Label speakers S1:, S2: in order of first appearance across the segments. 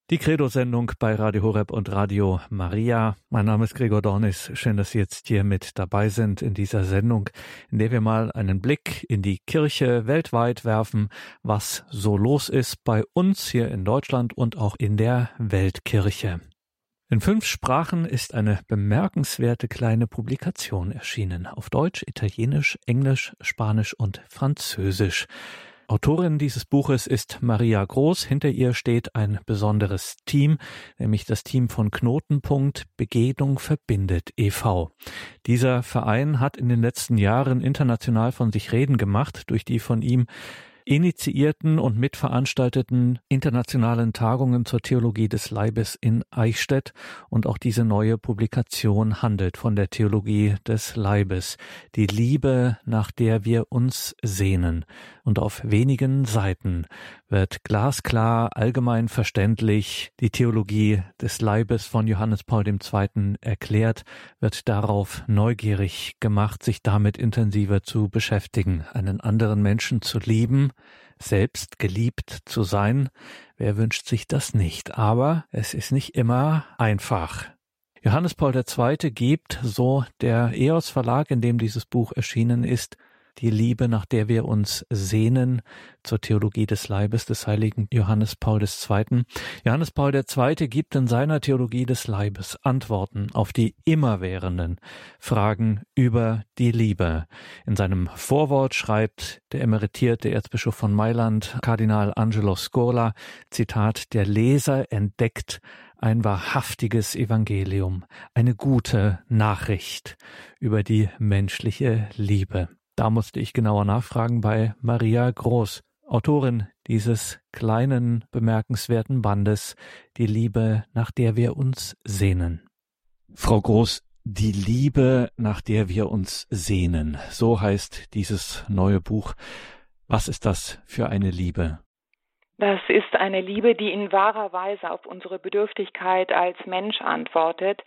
S1: Die Credo-Sendung bei Radio Horeb und Radio Maria. Mein Name ist Gregor Dornis. Schön, dass Sie jetzt hier mit dabei sind in dieser Sendung, in der wir mal einen Blick in die Kirche weltweit werfen, was so los ist bei uns hier in Deutschland und auch in der Weltkirche. In 5 Sprachen ist eine bemerkenswerte kleine Publikation erschienen. Auf Deutsch, Italienisch, Englisch, Spanisch und Französisch. Autorin dieses Buches ist Maria Groß. Hinter ihr steht ein besonderes Team, nämlich das Team von Knotenpunkt Begegnung verbindet e.V. Dieser Verein hat in den letzten Jahren international von sich reden gemacht durch die von ihm initiierten und mitveranstalteten internationalen Tagungen zur Theologie des Leibes in Eichstätt, und auch diese neue Publikation handelt von der Theologie des Leibes, die Liebe, nach der wir uns sehnen. Und auf wenigen Seiten wird glasklar, allgemein verständlich die Theologie des Leibes von Johannes Paul II. Erklärt, wird darauf neugierig gemacht, sich damit intensiver zu beschäftigen, einen anderen Menschen zu lieben, selbst geliebt zu sein. Wer wünscht sich das nicht? Aber es ist nicht immer einfach. Johannes Paul II. Gibt, so der EOS Verlag, in dem dieses Buch erschienen ist, die Liebe, nach der wir uns sehnen, zur Theologie des Leibes des heiligen Johannes Paul II. Johannes Paul II. Gibt in seiner Theologie des Leibes Antworten auf die immerwährenden Fragen über die Liebe. In seinem Vorwort schreibt der emeritierte Erzbischof von Mailand, Kardinal Angelo Scola, Zitat: Der Leser entdeckt ein wahrhaftiges Evangelium, eine gute Nachricht über die menschliche Liebe. Da musste ich genauer nachfragen bei Maria Groß, Autorin dieses kleinen, bemerkenswerten Bandes, die Liebe, nach der wir uns sehnen. Frau Groß, die Liebe, nach der wir uns sehnen, so heißt dieses neue Buch. Was ist das für eine Liebe?
S2: Das ist eine Liebe, die in wahrer Weise auf unsere Bedürftigkeit als Mensch antwortet,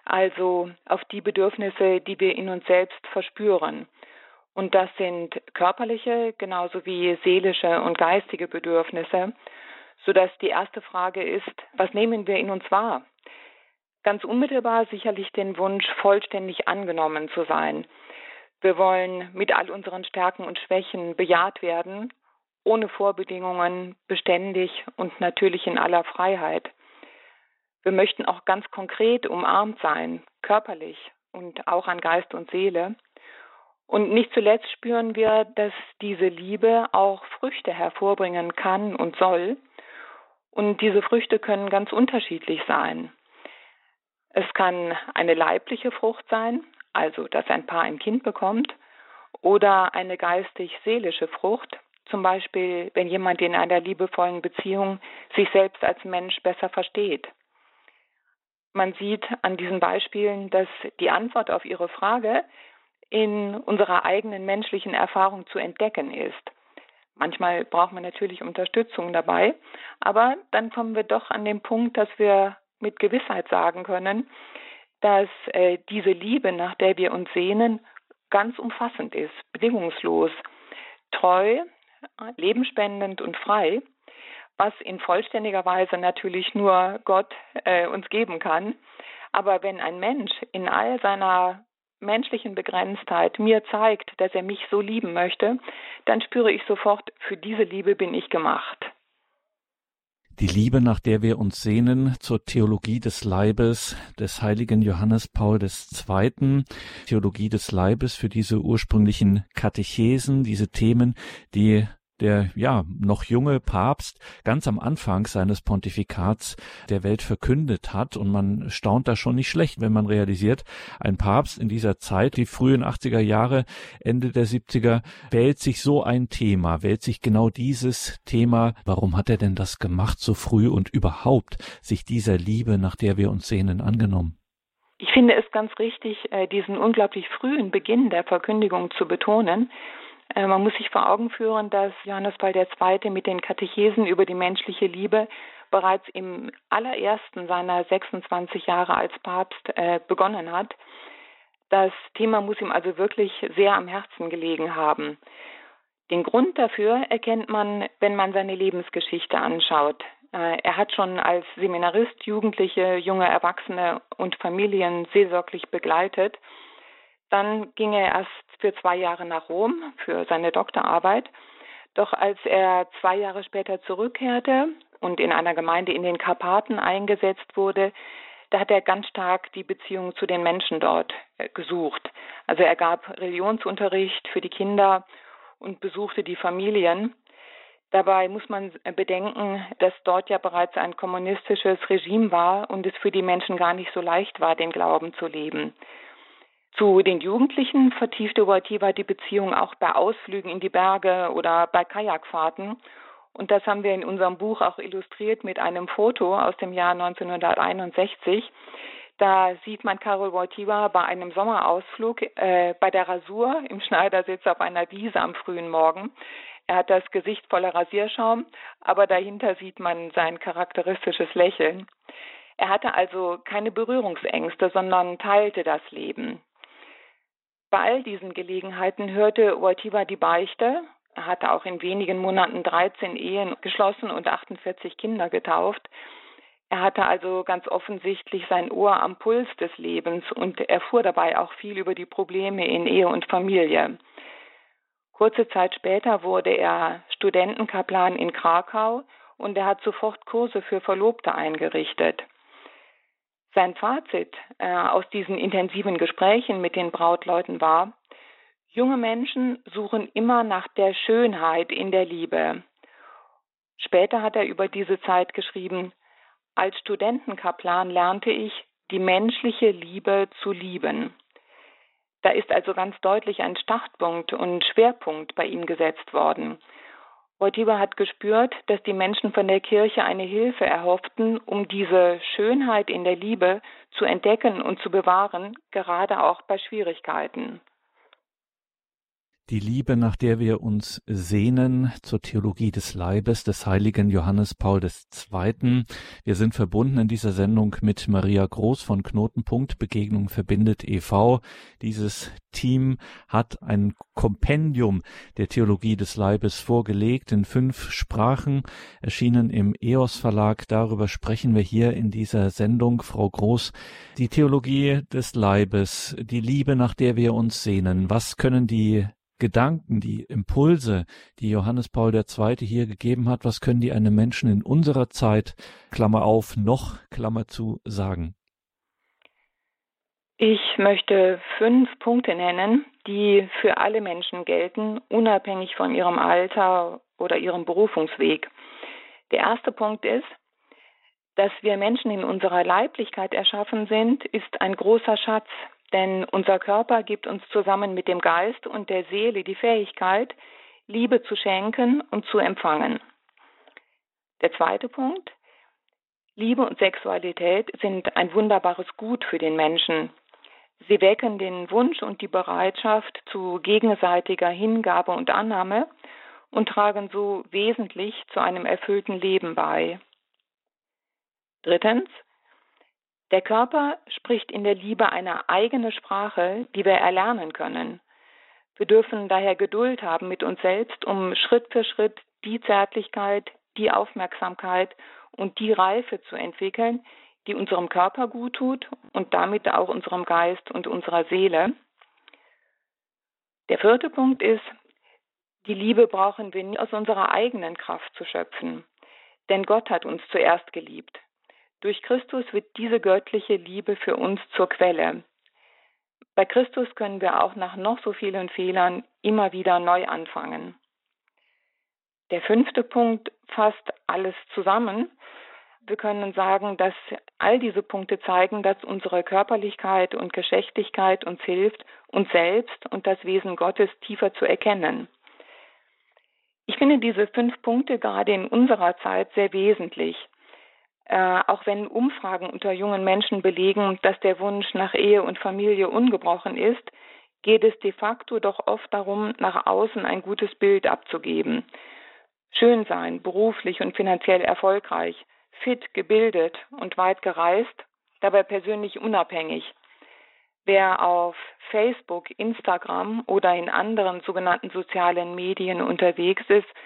S2: also auf die Bedürfnisse, die wir in uns selbst verspüren. Und das sind körperliche genauso wie seelische und geistige Bedürfnisse, sodass die erste Frage ist, was nehmen wir in uns wahr? Ganz unmittelbar sicherlich den Wunsch, vollständig angenommen zu sein. Wir wollen mit all unseren Stärken und Schwächen bejaht werden, ohne Vorbedingungen, beständig und natürlich in aller Freiheit. Wir möchten auch ganz konkret umarmt sein, körperlich und auch an Geist und Seele. Und nicht zuletzt spüren wir, dass diese Liebe auch Früchte hervorbringen kann und soll. Und diese Früchte können ganz unterschiedlich sein. Es kann eine leibliche Frucht sein, also dass ein Paar ein Kind bekommt, oder eine geistig-seelische Frucht, zum Beispiel wenn jemand in einer liebevollen Beziehung sich selbst als Mensch besser versteht. Man sieht an diesen Beispielen, dass die Antwort auf Ihre Frage in unserer eigenen menschlichen Erfahrung zu entdecken ist. Manchmal braucht man natürlich Unterstützung dabei, aber dann kommen wir doch an den Punkt, dass wir mit Gewissheit sagen können, dass diese Liebe, nach der wir uns sehnen, ganz umfassend ist, bedingungslos, treu, lebenspendend und frei, was in vollständiger Weise natürlich nur Gott uns geben kann. Aber wenn ein Mensch in all seiner menschlichen Begrenztheit mir zeigt, dass er mich so lieben möchte, dann spüre ich sofort, für diese Liebe bin ich gemacht.
S1: Die Liebe, nach der wir uns sehnen, zur Theologie des Leibes des heiligen Johannes Paul II. Theologie des Leibes für diese ursprünglichen Katechesen, diese Themen, die der noch junge Papst ganz am Anfang seines Pontifikats der Welt verkündet hat. Und man staunt da schon nicht schlecht, wenn man realisiert, ein Papst in dieser Zeit, die frühen 80er Jahre, Ende der 70er, wählt sich so ein Thema, wählt sich genau dieses Thema. Warum hat er denn das gemacht so früh und überhaupt sich dieser Liebe, nach der wir uns sehnen, angenommen?
S2: Ich finde es ganz richtig, diesen unglaublich frühen Beginn der Verkündigung zu betonen. Man muss sich vor Augen führen, dass Johannes Paul II. Mit den Katechesen über die menschliche Liebe bereits im allerersten seiner 26 Jahre als Papst begonnen hat. Das Thema muss ihm also wirklich sehr am Herzen gelegen haben. Den Grund dafür erkennt man, wenn man seine Lebensgeschichte anschaut. Er hat schon als Seminarist Jugendliche, junge Erwachsene und Familien seelsorglich begleitet. Dann ging er erst für 2 Jahre nach Rom für seine Doktorarbeit. Doch als er 2 Jahre später zurückkehrte und in einer Gemeinde in den Karpaten eingesetzt wurde, da hat er ganz stark die Beziehung zu den Menschen dort gesucht. Also er gab Religionsunterricht für die Kinder und besuchte die Familien. Dabei muss man bedenken, dass dort ja bereits ein kommunistisches Regime war und es für die Menschen gar nicht so leicht war, den Glauben zu leben. Zu den Jugendlichen vertiefte Wojtyła die Beziehung auch bei Ausflügen in die Berge oder bei Kajakfahrten. Und das haben wir in unserem Buch auch illustriert mit einem Foto aus dem Jahr 1961. Da sieht man Karol Wojtyła bei einem Sommerausflug bei der Rasur im Schneidersitz auf einer Wiese am frühen Morgen. Er hat das Gesicht voller Rasierschaum, aber dahinter sieht man sein charakteristisches Lächeln. Er hatte also keine Berührungsängste, sondern teilte das Leben. Bei all diesen Gelegenheiten hörte Wojtyła die Beichte. Er hatte auch in wenigen Monaten 13 Ehen geschlossen und 48 Kinder getauft. Er hatte also ganz offensichtlich sein Ohr am Puls des Lebens und erfuhr dabei auch viel über die Probleme in Ehe und Familie. Kurze Zeit später wurde er Studentenkaplan in Krakau und er hat sofort Kurse für Verlobte eingerichtet. Sein Fazit aus diesen intensiven Gesprächen mit den Brautleuten war: Junge Menschen suchen immer nach der Schönheit in der Liebe. Später hat er über diese Zeit geschrieben: Als Studentenkaplan lernte ich, die menschliche Liebe zu lieben. Da ist also ganz deutlich ein Startpunkt und Schwerpunkt bei ihm gesetzt worden. Wojtyła hat gespürt, dass die Menschen von der Kirche eine Hilfe erhofften, um diese Schönheit in der Liebe zu entdecken und zu bewahren, gerade auch bei Schwierigkeiten.
S1: Die Liebe, nach der wir uns sehnen, zur Theologie des Leibes des heiligen Johannes Paul II. Wir sind verbunden in dieser Sendung mit Maria Groß von Knotenpunkt Begegnung verbindet e.V. Dieses Team hat ein Kompendium der Theologie des Leibes vorgelegt, in 5 Sprachen, erschienen im EOS Verlag. Darüber sprechen wir hier in dieser Sendung. Frau Groß, die Theologie des Leibes, die Liebe, nach der wir uns sehnen. Was können die Gedanken, die Impulse, die Johannes Paul II. Hier gegeben hat, was können die einem Menschen in unserer Zeit, Klammer auf, noch, Klammer zu, sagen?
S2: Ich möchte 5 Punkte nennen, die für alle Menschen gelten, unabhängig von ihrem Alter oder ihrem Berufungsweg. Der erste Punkt ist, dass wir Menschen in unserer Leiblichkeit erschaffen sind, ist ein großer Schatz. Denn unser Körper gibt uns zusammen mit dem Geist und der Seele die Fähigkeit, Liebe zu schenken und zu empfangen. Der zweite Punkt: Liebe und Sexualität sind ein wunderbares Gut für den Menschen. Sie wecken den Wunsch und die Bereitschaft zu gegenseitiger Hingabe und Annahme und tragen so wesentlich zu einem erfüllten Leben bei. Drittens: Der Körper spricht in der Liebe eine eigene Sprache, die wir erlernen können. Wir dürfen daher Geduld haben mit uns selbst, um Schritt für Schritt die Zärtlichkeit, die Aufmerksamkeit und die Reife zu entwickeln, die unserem Körper gut tut und damit auch unserem Geist und unserer Seele. Der vierte Punkt ist, die Liebe brauchen wir nie aus unserer eigenen Kraft zu schöpfen, denn Gott hat uns zuerst geliebt. Durch Christus wird diese göttliche Liebe für uns zur Quelle. Bei Christus können wir auch nach noch so vielen Fehlern immer wieder neu anfangen. Der 5. Punkt fasst alles zusammen. Wir können sagen, dass all diese Punkte zeigen, dass unsere Körperlichkeit und Geschlechtlichkeit uns hilft, uns selbst und das Wesen Gottes tiefer zu erkennen. Ich finde diese 5 Punkte gerade in unserer Zeit sehr wesentlich. Auch wenn Umfragen unter jungen Menschen belegen, dass der Wunsch nach Ehe und Familie ungebrochen ist, geht es de facto doch oft darum, nach außen ein gutes Bild abzugeben. Schön sein, beruflich und finanziell erfolgreich, fit, gebildet und weit gereist, dabei persönlich unabhängig. Wer auf Facebook, Instagram oder in anderen sogenannten sozialen Medien unterwegs ist,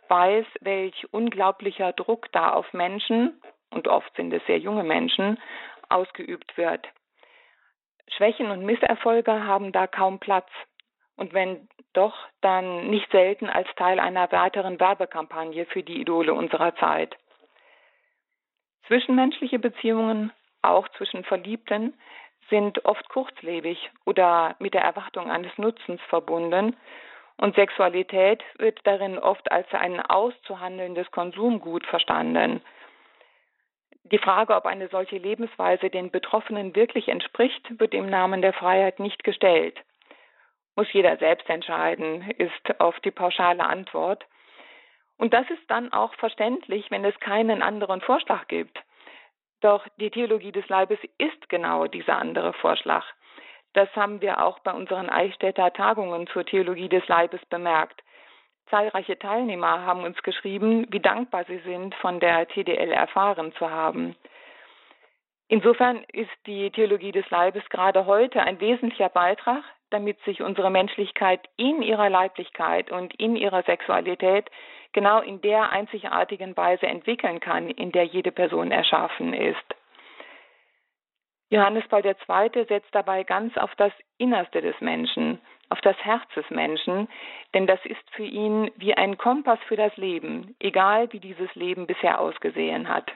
S2: weiß, welch unglaublicher Druck da auf Menschen, und oft sind es sehr junge Menschen, ausgeübt wird. Schwächen und Misserfolge haben da kaum Platz. Und wenn doch, dann nicht selten als Teil einer weiteren Werbekampagne für die Idole unserer Zeit. Zwischenmenschliche Beziehungen, auch zwischen Verliebten, sind oft kurzlebig oder mit der Erwartung eines Nutzens verbunden. Und Sexualität wird darin oft als ein auszuhandelndes Konsumgut verstanden. Die Frage, ob eine solche Lebensweise den Betroffenen wirklich entspricht, wird im Namen der Freiheit nicht gestellt. Muss jeder selbst entscheiden, ist oft die pauschale Antwort. Und das ist dann auch verständlich, wenn es keinen anderen Vorschlag gibt. Doch die Theologie des Leibes ist genau dieser andere Vorschlag. Das haben wir auch bei unseren Eichstätter Tagungen zur Theologie des Leibes bemerkt. Zahlreiche Teilnehmer haben uns geschrieben, wie dankbar sie sind, von der TDL erfahren zu haben. Insofern ist die Theologie des Leibes gerade heute ein wesentlicher Beitrag, damit sich unsere Menschlichkeit in ihrer Leiblichkeit und in ihrer Sexualität genau in der einzigartigen Weise entwickeln kann, in der jede Person erschaffen ist. Johannes Paul II. Setzt dabei ganz auf das Innerste des Menschen, auf das Herz des Menschen, denn das ist für ihn wie ein Kompass für das Leben, egal wie dieses Leben bisher ausgesehen hat.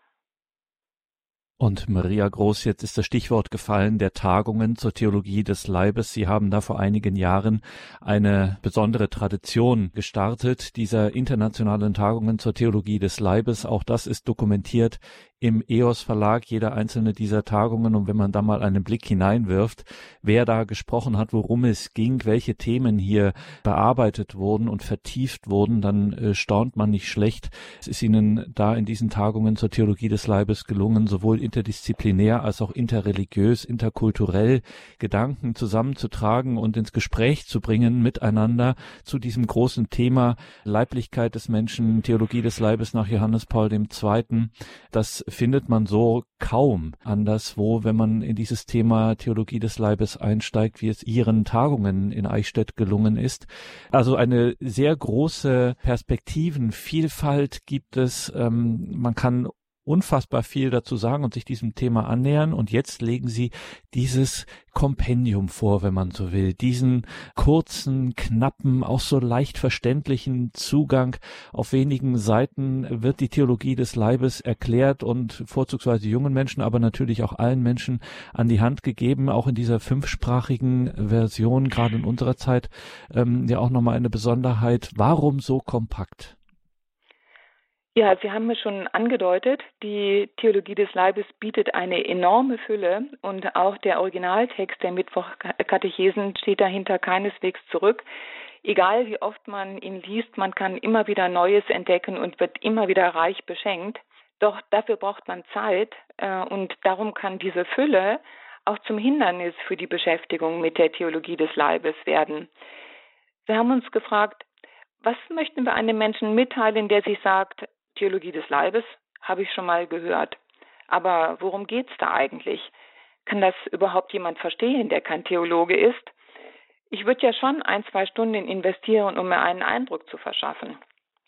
S1: Und Maria Groß, jetzt ist das Stichwort gefallen, der Tagungen zur Theologie des Leibes. Sie haben da vor einigen Jahren eine besondere Tradition gestartet, dieser internationalen Tagungen zur Theologie des Leibes. Auch das ist dokumentiert im EOS Verlag, jeder einzelne dieser Tagungen. Und wenn man da mal einen Blick hineinwirft, wer da gesprochen hat, worum es ging, welche Themen hier bearbeitet wurden und vertieft wurden, dann staunt man nicht schlecht. Es ist Ihnen da in diesen Tagungen zur Theologie des Leibes gelungen, sowohl interdisziplinär als auch interreligiös, interkulturell Gedanken zusammenzutragen und ins Gespräch zu bringen miteinander zu diesem großen Thema Leiblichkeit des Menschen, Theologie des Leibes nach Johannes Paul II. Das findet man so kaum anderswo, wenn man in dieses Thema Theologie des Leibes einsteigt, wie es Ihren Tagungen in Eichstätt gelungen ist. Also eine sehr große Perspektivenvielfalt gibt es. Man kann unfassbar viel dazu sagen und sich diesem Thema annähern. Und jetzt legen Sie dieses Kompendium vor, wenn man so will, diesen kurzen, knappen, auch so leicht verständlichen Zugang. Auf wenigen Seiten wird die Theologie des Leibes erklärt und vorzugsweise jungen Menschen, aber natürlich auch allen Menschen an die Hand gegeben, auch in dieser 5-sprachigen Version, gerade in unserer Zeit, ja auch nochmal eine Besonderheit. Warum so kompakt?
S2: Ja, Sie haben es schon angedeutet, die Theologie des Leibes bietet eine enorme Fülle und auch der Originaltext der Mittwochkatechesen steht dahinter keineswegs zurück. Egal wie oft man ihn liest, man kann immer wieder Neues entdecken und wird immer wieder reich beschenkt. Doch dafür braucht man Zeit und darum kann diese Fülle auch zum Hindernis für die Beschäftigung mit der Theologie des Leibes werden. Wir haben uns gefragt, was möchten wir einem Menschen mitteilen, der sich sagt, Theologie des Leibes habe ich schon mal gehört. Aber worum geht's da eigentlich? Kann das überhaupt jemand verstehen, der kein Theologe ist? Ich würde ja schon 1-2 Stunden investieren, um mir einen Eindruck zu verschaffen.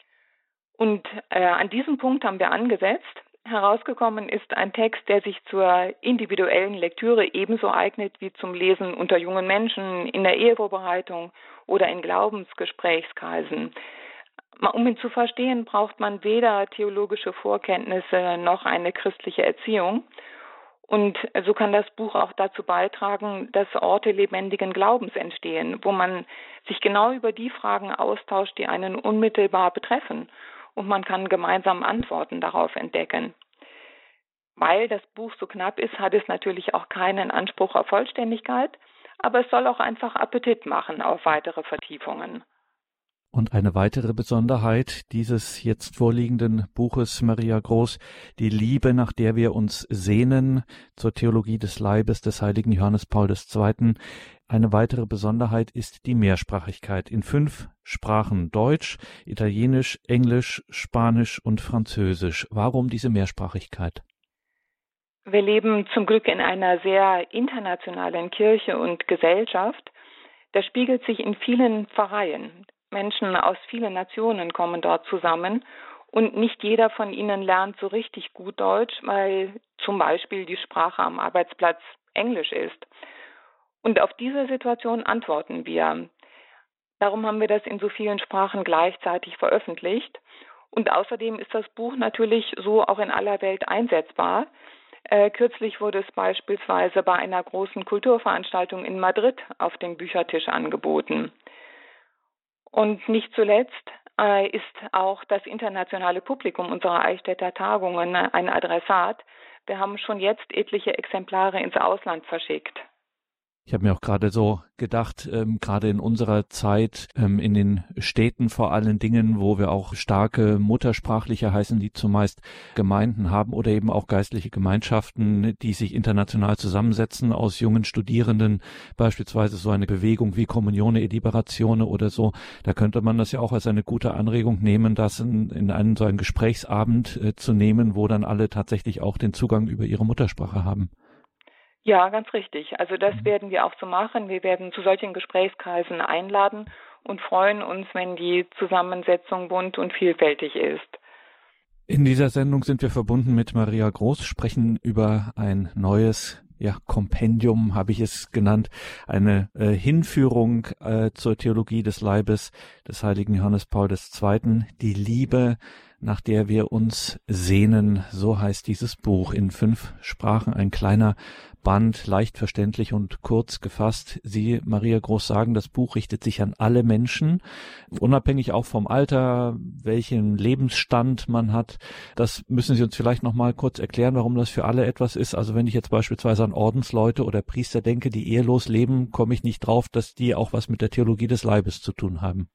S2: Und an diesem Punkt haben wir angesetzt. Herausgekommen ist ein Text, der sich zur individuellen Lektüre ebenso eignet wie zum Lesen unter jungen Menschen, in der Ehevorbereitung oder in Glaubensgesprächskreisen. Um ihn zu verstehen, braucht man weder theologische Vorkenntnisse noch eine christliche Erziehung. Und so kann das Buch auch dazu beitragen, dass Orte lebendigen Glaubens entstehen, wo man sich genau über die Fragen austauscht, die einen unmittelbar betreffen. Und man kann gemeinsam Antworten darauf entdecken. Weil das Buch so knapp ist, hat es natürlich auch keinen Anspruch auf Vollständigkeit, aber es soll auch einfach Appetit machen auf weitere Vertiefungen.
S1: Und eine weitere Besonderheit dieses jetzt vorliegenden Buches, Maria Groß, die Liebe, nach der wir uns sehnen, zur Theologie des Leibes des heiligen Johannes Paul II. Eine weitere Besonderheit ist die Mehrsprachigkeit in 5 Sprachen: Deutsch, Italienisch, Englisch, Spanisch und Französisch. Warum diese Mehrsprachigkeit?
S2: Wir leben zum Glück in einer sehr internationalen Kirche und Gesellschaft. Das spiegelt sich in vielen Pfarreien. Menschen aus vielen Nationen kommen dort zusammen und nicht jeder von ihnen lernt so richtig gut Deutsch, weil zum Beispiel die Sprache am Arbeitsplatz Englisch ist. Und auf diese Situation antworten wir. Darum haben wir das in so vielen Sprachen gleichzeitig veröffentlicht. Und außerdem ist das Buch natürlich so auch in aller Welt einsetzbar. Kürzlich wurde es beispielsweise bei einer großen Kulturveranstaltung in Madrid auf dem Büchertisch angeboten. Und nicht zuletzt ist auch das internationale Publikum unserer Eichstätter Tagungen ein Adressat. Wir haben schon jetzt etliche Exemplare ins Ausland verschickt.
S1: Ich habe mir auch gerade so gedacht, gerade in unserer Zeit, in den Städten vor allen Dingen, wo wir auch starke Muttersprachliche heißen, die zumeist Gemeinden haben oder eben auch geistliche Gemeinschaften, die sich international zusammensetzen aus jungen Studierenden, beispielsweise so eine Bewegung wie Communione e Liberazione oder so. Da könnte man das ja auch als eine gute Anregung nehmen, das in einen so einen Gesprächsabend zu nehmen, wo dann alle tatsächlich auch den Zugang über ihre Muttersprache haben.
S2: Ja, ganz richtig. Also das werden wir auch so machen. Wir werden zu solchen Gesprächskreisen einladen und freuen uns, wenn die Zusammensetzung bunt und vielfältig ist.
S1: In dieser Sendung sind wir verbunden mit Maria Groß, sprechen über ein neues Kompendium, habe ich es genannt, eine Hinführung zur Theologie des Leibes des heiligen Johannes Paul II., die Liebe, nach der wir uns sehnen, so heißt dieses Buch, in 5 Sprachen, ein kleiner Band, leicht verständlich und kurz gefasst. Sie, Maria Groß, sagen, das Buch richtet sich an alle Menschen, unabhängig auch vom Alter, welchen Lebensstand man hat. Das müssen Sie uns vielleicht noch mal kurz erklären, warum das für alle etwas ist. Also wenn ich jetzt beispielsweise an Ordensleute oder Priester denke, die ehelos leben, komme ich nicht drauf, dass die auch was mit der Theologie des Leibes zu tun haben.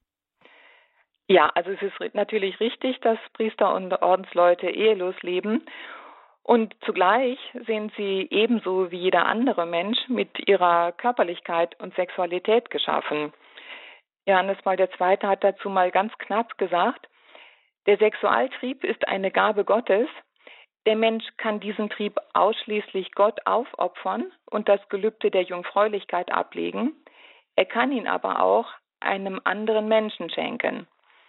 S2: Ja, also es ist natürlich richtig, dass Priester und Ordensleute ehelos leben. Und zugleich sind sie ebenso wie jeder andere Mensch mit ihrer Körperlichkeit und Sexualität geschaffen. Johannes Paul II. Hat dazu mal ganz knapp gesagt, der Sexualtrieb ist eine Gabe Gottes. Der Mensch kann diesen Trieb ausschließlich Gott aufopfern und das Gelübde der Jungfräulichkeit ablegen. Er kann ihn aber auch einem anderen Menschen schenken.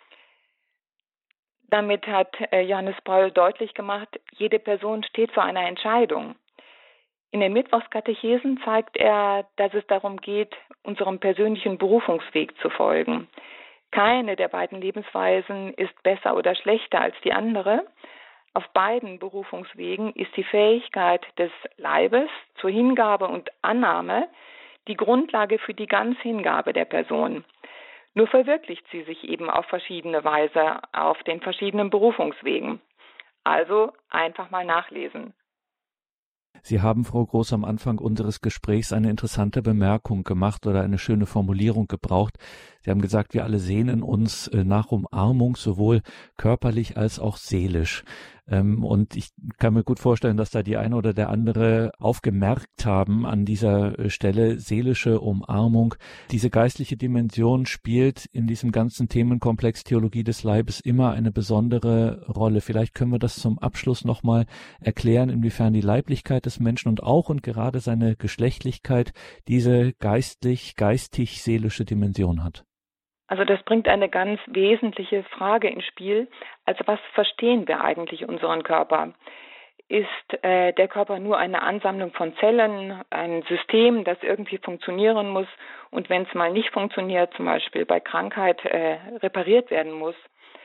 S2: Damit hat Johannes Paul deutlich gemacht, jede Person steht vor einer Entscheidung. In den Mittwochskatechesen zeigt er, dass es darum geht, unserem persönlichen Berufungsweg zu folgen. Keine der beiden Lebensweisen ist besser oder schlechter als die andere. Auf beiden Berufungswegen ist die Fähigkeit des Leibes zur Hingabe und Annahme die Grundlage für die Ganzhingabe der Person. Nur verwirklicht sie sich eben auf verschiedene Weise auf den verschiedenen Berufungswegen. Also einfach mal nachlesen.
S1: Sie haben, Frau Groß, am Anfang unseres Gesprächs eine interessante Bemerkung gemacht oder eine schöne Formulierung gebraucht. Sie haben gesagt, wir alle sehnen uns nach Umarmung, sowohl körperlich als auch seelisch. Und ich kann mir gut vorstellen, dass da die eine oder der andere aufgemerkt haben an dieser Stelle, seelische Umarmung. Diese geistliche Dimension spielt in diesem ganzen Themenkomplex Theologie des Leibes immer eine besondere Rolle. Vielleicht können wir das zum Abschluss nochmal erklären, inwiefern die Leiblichkeit des Menschen und auch und gerade seine Geschlechtlichkeit diese geistig-seelische Dimension hat.
S2: Also das bringt eine ganz wesentliche Frage ins Spiel. Also was verstehen wir eigentlich unseren Körper? Ist der Körper nur eine Ansammlung von Zellen, ein System, das irgendwie funktionieren muss und wenn es mal nicht funktioniert, zum Beispiel bei Krankheit, repariert werden muss?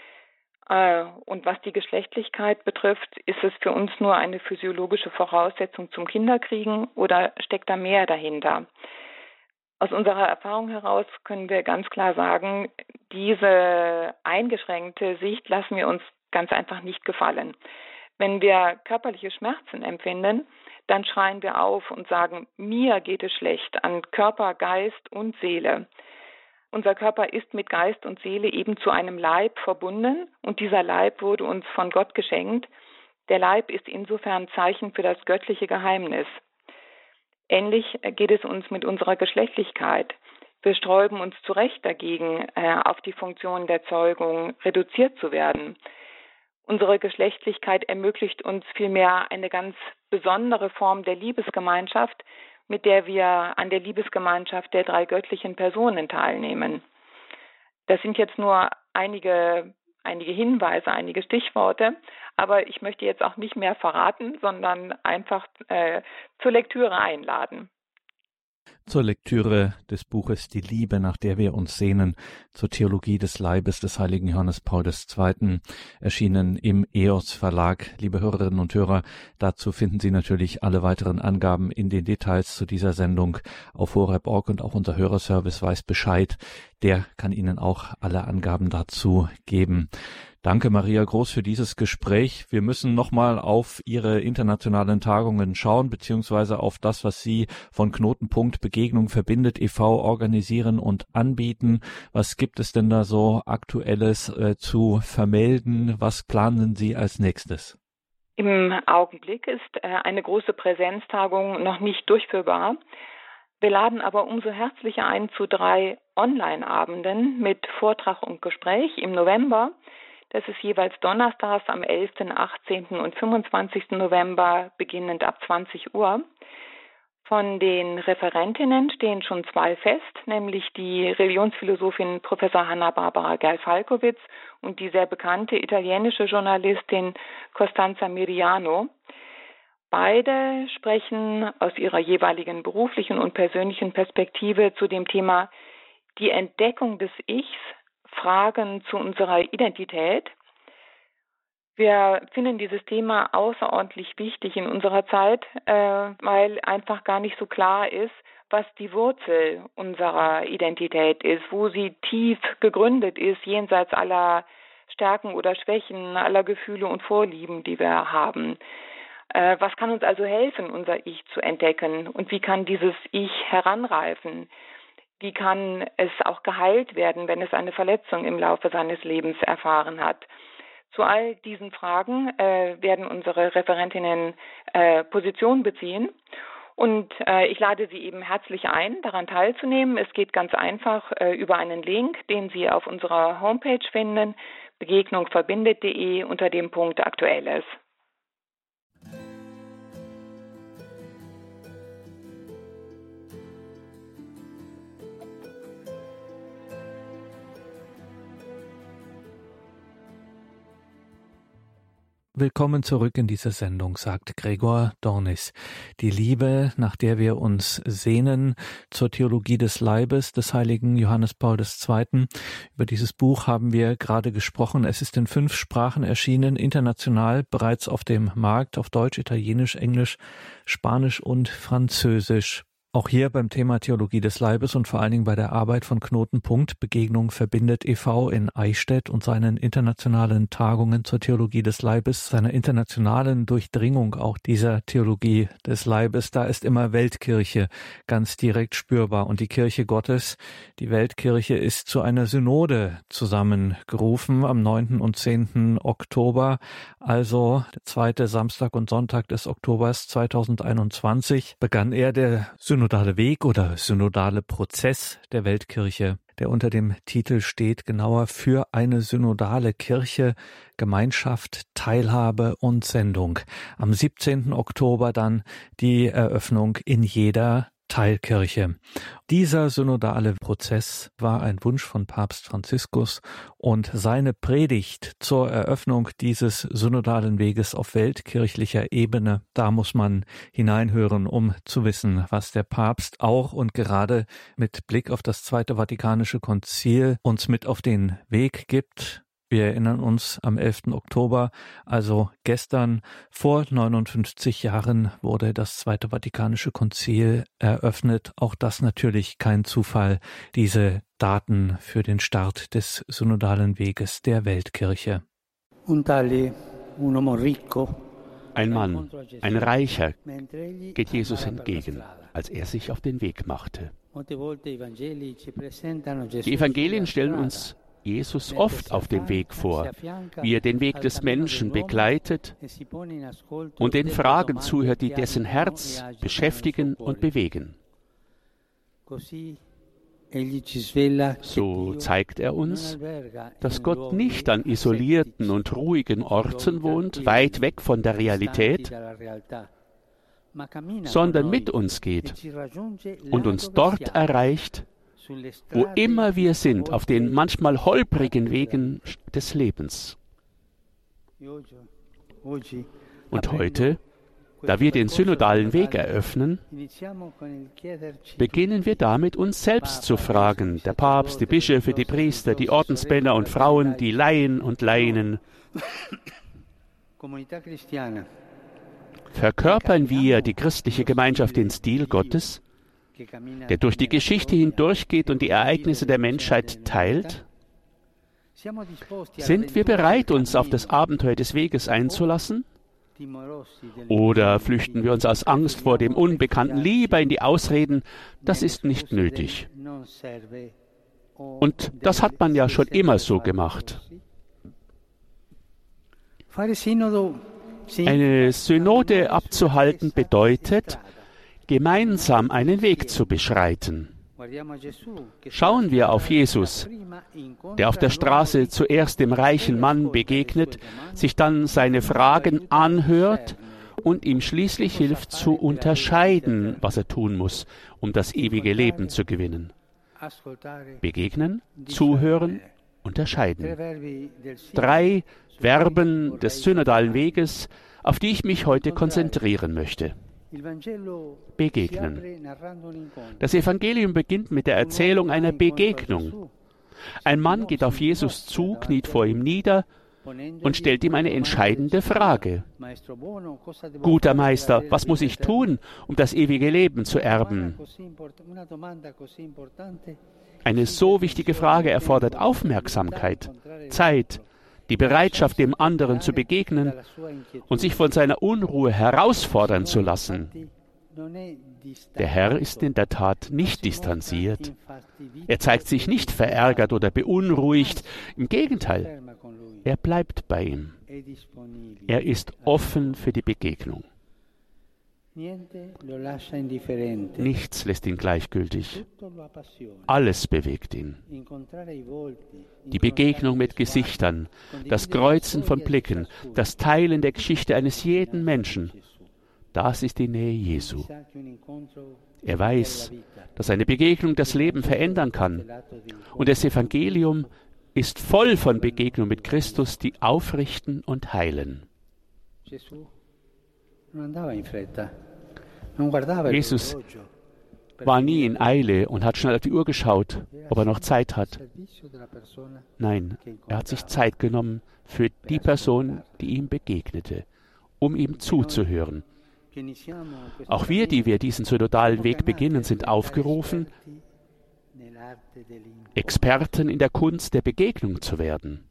S2: Und was die Geschlechtlichkeit betrifft, ist es für uns nur eine physiologische Voraussetzung zum Kinderkriegen oder steckt da mehr dahinter? Aus unserer Erfahrung heraus können wir ganz klar sagen, diese eingeschränkte Sicht lassen wir uns ganz einfach nicht gefallen. Wenn wir körperliche Schmerzen empfinden, dann schreien wir auf und sagen, mir geht es schlecht an Körper, Geist und Seele. Unser Körper ist mit Geist und Seele eben zu einem Leib verbunden und dieser Leib wurde uns von Gott geschenkt. Der Leib ist insofern Zeichen für das göttliche Geheimnis. Ähnlich geht es uns mit unserer Geschlechtlichkeit. Wir sträuben uns zu Recht dagegen, auf die Funktion der Zeugung reduziert zu werden. Unsere Geschlechtlichkeit ermöglicht uns vielmehr eine ganz besondere Form der Liebesgemeinschaft, mit der wir an der Liebesgemeinschaft der 3 göttlichen Personen teilnehmen. Das sind jetzt nur einige Hinweise, einige Stichworte, aber ich möchte jetzt auch nicht mehr verraten, sondern einfach zur Lektüre einladen.
S1: Zur Lektüre des Buches Die Liebe, nach der wir uns sehnen, zur Theologie des Leibes des heiligen Johannes Paul II., erschienen im EOS Verlag. Liebe Hörerinnen und Hörer, dazu finden Sie natürlich alle weiteren Angaben in den Details zu dieser Sendung auf horeb.org, und auch unser Hörerservice weiß Bescheid. Der kann Ihnen auch alle Angaben dazu geben. Danke, Maria Groß, für dieses Gespräch. Wir müssen nochmal auf Ihre internationalen Tagungen schauen, beziehungsweise auf das, was Sie von Knotenpunkt Begegnung verbindet e.V. organisieren und anbieten. Was gibt es denn da so Aktuelles zu vermelden? Was planen Sie als nächstes?
S2: Im Augenblick ist eine große Präsenztagung noch nicht durchführbar. Wir laden aber umso herzlicher ein zu 3 Online-Abenden mit Vortrag und Gespräch im November. Das ist jeweils donnerstags am 11., 18. und 25. November, beginnend ab 20 Uhr. Von den Referentinnen stehen schon 2 fest, nämlich die Religionsphilosophin Professor Hanna-Barbara Geil-Falkowitz und die sehr bekannte italienische Journalistin Costanza Miriano. Beide sprechen aus ihrer jeweiligen beruflichen und persönlichen Perspektive zu dem Thema die Entdeckung des Ichs, Fragen zu unserer Identität. Wir finden dieses Thema außerordentlich wichtig in unserer Zeit, weil einfach gar nicht so klar ist, was die Wurzel unserer Identität ist, wo sie tief gegründet ist, jenseits aller Stärken oder Schwächen, aller Gefühle und Vorlieben, die wir haben. Was kann uns also helfen, unser Ich zu entdecken? Und wie kann dieses Ich heranreifen? Wie kann es auch geheilt werden, wenn es eine Verletzung im Laufe seines Lebens erfahren hat? Zu all diesen Fragen werden unsere Referentinnen Position beziehen. Und ich lade Sie eben herzlich ein, daran teilzunehmen. Es geht ganz einfach über einen Link, den Sie auf unserer Homepage finden, begegnungverbindet.de unter dem Punkt Aktuelles.
S1: Willkommen zurück in dieser Sendung, sagt Gregor Dornis. Die Liebe, nach der wir uns sehnen, zur Theologie des Leibes des heiligen Johannes Paul II. Über dieses Buch haben wir gerade gesprochen. Es ist in 5 Sprachen erschienen, international bereits auf dem Markt, auf Deutsch, Italienisch, Englisch, Spanisch und Französisch. Auch hier beim Thema Theologie des Leibes und vor allen Dingen bei der Arbeit von Knotenpunkt Begegnung verbindet e.V. in Eichstätt und seinen internationalen Tagungen zur Theologie des Leibes, seiner internationalen Durchdringung auch dieser Theologie des Leibes, da ist immer Weltkirche ganz direkt spürbar. Und die Kirche Gottes, die Weltkirche, ist zu einer Synode zusammengerufen am 9. und 10. Oktober, also der 2. Samstag und Sonntag des Oktobers 2021, begann der synodale Weg oder synodale Prozess der Weltkirche, der unter dem Titel steht, genauer für eine synodale Kirche, Gemeinschaft, Teilhabe und Sendung. Am 17. Oktober dann die Eröffnung in jeder Teilkirche. Dieser synodale Prozess war ein Wunsch von Papst Franziskus und seine Predigt zur Eröffnung dieses synodalen Weges auf weltkirchlicher Ebene, da muss man hineinhören, um zu wissen, was der Papst auch und gerade mit Blick auf das Zweite Vatikanische Konzil uns mit auf den Weg gibt. Wir erinnern uns am 11. Oktober, also gestern, vor 59 Jahren wurde das Zweite Vatikanische Konzil eröffnet. Auch das natürlich kein Zufall, diese Daten für den Start des synodalen Weges der Weltkirche.
S3: Ein Mann, ein Reicher, geht Jesus entgegen, als er sich auf den Weg machte. Die Evangelien stellen uns Jesus oft auf dem Weg vor, wie er den Weg des Menschen begleitet und den Fragen zuhört, die dessen Herz beschäftigen und bewegen. So zeigt er uns, dass Gott nicht an isolierten und ruhigen Orten wohnt, weit weg von der Realität, sondern mit uns geht und uns dort erreicht, wo immer wir sind, auf den manchmal holprigen Wegen des Lebens. Und heute, da wir den synodalen Weg eröffnen, beginnen wir damit, uns selbst zu fragen, der Papst, die Bischöfe, die Priester, die Ordensmänner und Frauen, die Laien und Laien. Verkörpern wir die christliche Gemeinschaft den Stil Gottes, der durch die Geschichte hindurchgeht und die Ereignisse der Menschheit teilt? Sind wir bereit, uns auf das Abenteuer des Weges einzulassen? Oder flüchten wir uns aus Angst vor dem Unbekannten lieber in die Ausreden, das ist nicht nötig? Und das hat man ja schon immer so gemacht. Eine Synode abzuhalten bedeutet, gemeinsam einen Weg zu beschreiten. Schauen wir auf Jesus, der auf der Straße zuerst dem reichen Mann begegnet, sich dann seine Fragen anhört und ihm schließlich hilft zu unterscheiden, was er tun muss, um das ewige Leben zu gewinnen. Begegnen, zuhören, unterscheiden. 3 Verben des synodalen Weges, auf die ich mich heute konzentrieren möchte. Begegnen. Das Evangelium beginnt mit der Erzählung einer Begegnung. Ein Mann geht auf Jesus zu, kniet vor ihm nieder und stellt ihm eine entscheidende Frage. Guter Meister, was muss ich tun, um das ewige Leben zu erben? Eine so wichtige Frage erfordert Aufmerksamkeit, Zeit, die Bereitschaft, dem anderen zu begegnen und sich von seiner Unruhe herausfordern zu lassen. Der Herr ist in der Tat nicht distanziert. Er zeigt sich nicht verärgert oder beunruhigt. Im Gegenteil, er bleibt bei ihm. Er ist offen für die Begegnung. Nichts lässt ihn gleichgültig. Alles bewegt ihn. Die Begegnung mit Gesichtern, das Kreuzen von Blicken, das Teilen der Geschichte eines jeden Menschen, das ist die Nähe Jesu. Er weiß, dass eine Begegnung das Leben verändern kann. Und das Evangelium ist voll von Begegnungen mit Christus, die aufrichten und heilen. Jesus war nie in Eile und hat schnell auf die Uhr geschaut, ob er noch Zeit hat. Nein, er hat sich Zeit genommen für die Person, die ihm begegnete, um ihm zuzuhören. Auch wir, die wir diesen synodalen Weg beginnen, sind aufgerufen, Experten in der Kunst der Begegnung zu werden.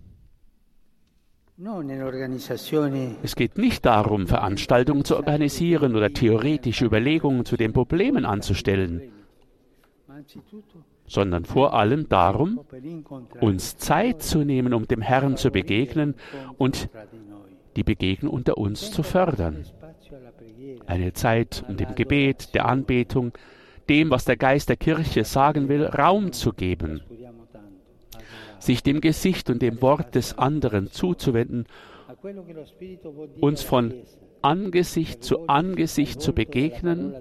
S3: Es geht nicht darum, Veranstaltungen zu organisieren oder theoretische Überlegungen zu den Problemen anzustellen, sondern vor allem darum, uns Zeit zu nehmen, um dem Herrn zu begegnen und die Begegnung unter uns zu fördern. Eine Zeit, um dem Gebet, der Anbetung, dem, was der Geist der Kirche sagen will, Raum zu geben. Sich dem Gesicht und dem Wort des anderen zuzuwenden, uns von Angesicht zu begegnen,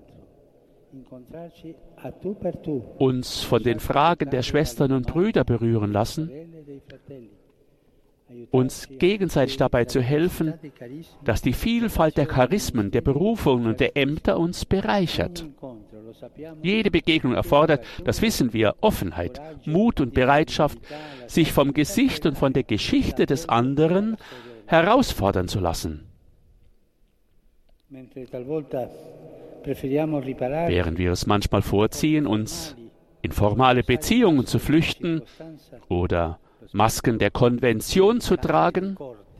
S3: uns von den Fragen der Schwestern und Brüder berühren lassen, uns gegenseitig dabei zu helfen, dass die Vielfalt der Charismen, der Berufungen und der Ämter uns bereichert. Jede Begegnung erfordert, das wissen wir, Offenheit, Mut und Bereitschaft, sich vom Gesicht und von der Geschichte des anderen herausfordern zu lassen. Während wir es manchmal vorziehen, uns in formale Beziehungen zu flüchten oder Masken der Konvention zu tragen,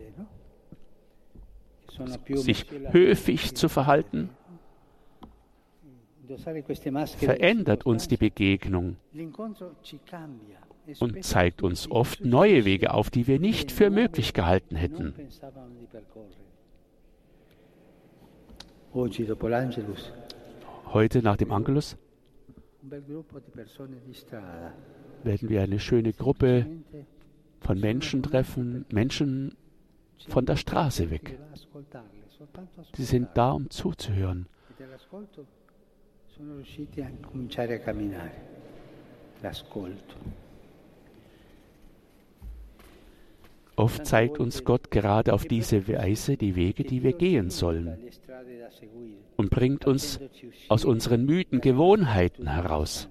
S3: sich höflich zu verhalten, verändert uns die Begegnung und zeigt uns oft neue Wege auf, die wir nicht für möglich gehalten hätten. Heute nach dem Angelus werden wir eine schöne Gruppe von Menschen treffen, Menschen von der Straße weg. Sie sind da, um zuzuhören. Oft zeigt uns Gott gerade auf diese Weise die Wege, die wir gehen sollen, und bringt uns aus unseren müden Gewohnheiten heraus.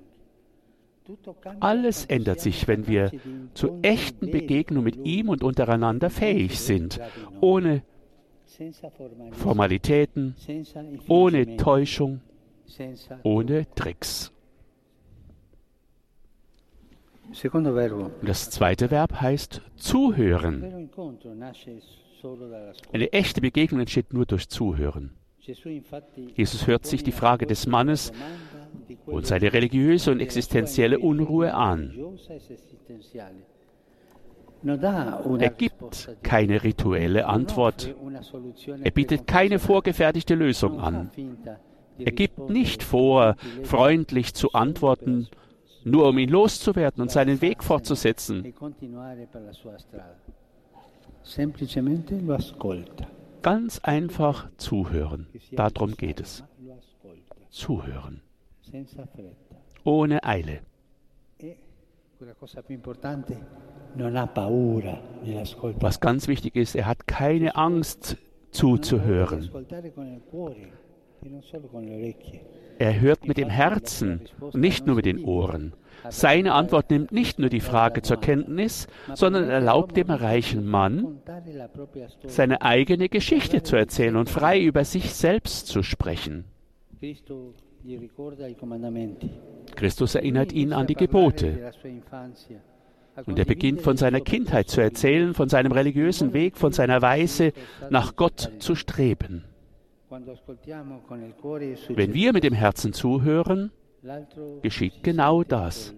S3: Alles ändert sich, wenn wir zu echten Begegnungen mit ihm und untereinander fähig sind, ohne Formalitäten, ohne Täuschung, ohne Tricks. Und das zweite Verb heißt zuhören. Eine echte Begegnung entsteht nur durch Zuhören. Jesus hört sich die Frage des Mannes und seine religiöse und existenzielle Unruhe an. Er gibt keine rituelle Antwort. Er bietet keine vorgefertigte Lösung an. Er gibt nicht vor, freundlich zu antworten, nur um ihn loszuwerden und seinen Weg fortzusetzen. Ganz einfach zuhören. Darum geht es. Zuhören. Ohne Eile. Was ganz wichtig ist, er hat keine Angst zuzuhören. Er hört mit dem Herzen und nicht nur mit den Ohren. Seine Antwort nimmt nicht nur die Frage zur Kenntnis, sondern erlaubt dem reichen Mann, seine eigene Geschichte zu erzählen und frei über sich selbst zu sprechen. Christus erinnert ihn an die Gebote. Und er beginnt von seiner Kindheit zu erzählen, von seinem religiösen Weg, von seiner Weise, nach Gott zu streben. Wenn wir mit dem Herzen zuhören, geschieht genau das.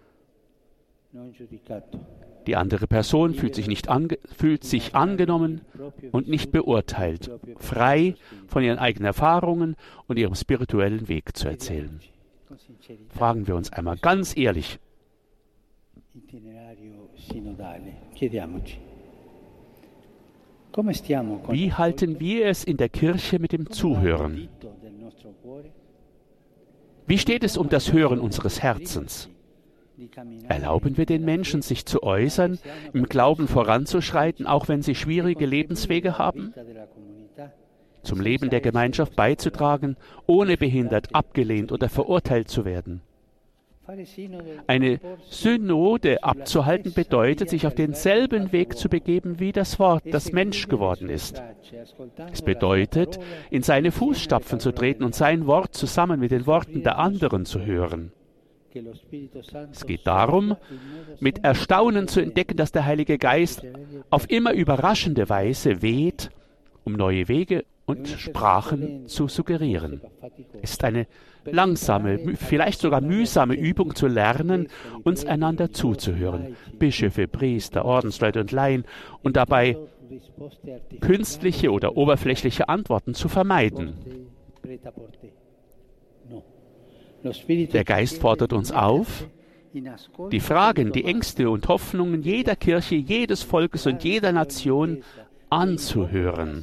S3: Die andere Person fühlt sich angenommen und nicht beurteilt, frei von ihren eigenen Erfahrungen und ihrem spirituellen Weg zu erzählen. Fragen wir uns einmal ganz ehrlich, wie halten wir es in der Kirche mit dem Zuhören? Wie steht es um das Hören unseres Herzens? Erlauben wir den Menschen, sich zu äußern, im Glauben voranzuschreiten, auch wenn sie schwierige Lebenswege haben? Zum Leben der Gemeinschaft beizutragen, ohne behindert, abgelehnt oder verurteilt zu werden. Eine Synode abzuhalten bedeutet, sich auf denselben Weg zu begeben wie das Wort, das Mensch geworden ist. Es bedeutet, in seine Fußstapfen zu treten und sein Wort zusammen mit den Worten der anderen zu hören. Es geht darum, mit Erstaunen zu entdecken, dass der Heilige Geist auf immer überraschende Weise weht, um neue Wege und Sprachen zu suggerieren. Es ist eine langsame, vielleicht sogar mühsame Übung zu lernen, uns einander zuzuhören. Bischöfe, Priester, Ordensleute und Laien, und dabei künstliche oder oberflächliche Antworten zu vermeiden. Der Geist fordert uns auf, die Fragen, die Ängste und Hoffnungen jeder Kirche, jedes Volkes und jeder Nation anzuhören.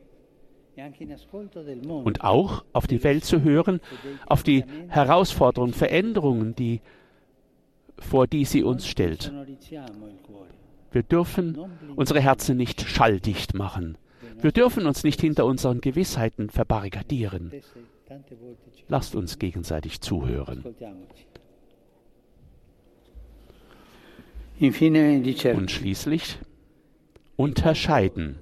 S3: Und auch auf die Welt zu hören, auf die Herausforderungen, Veränderungen, vor die sie uns stellt. Wir dürfen unsere Herzen nicht schalldicht machen. Wir dürfen uns nicht hinter unseren Gewissheiten verbarrikadieren. Lasst uns gegenseitig zuhören. Und schließlich unterscheiden.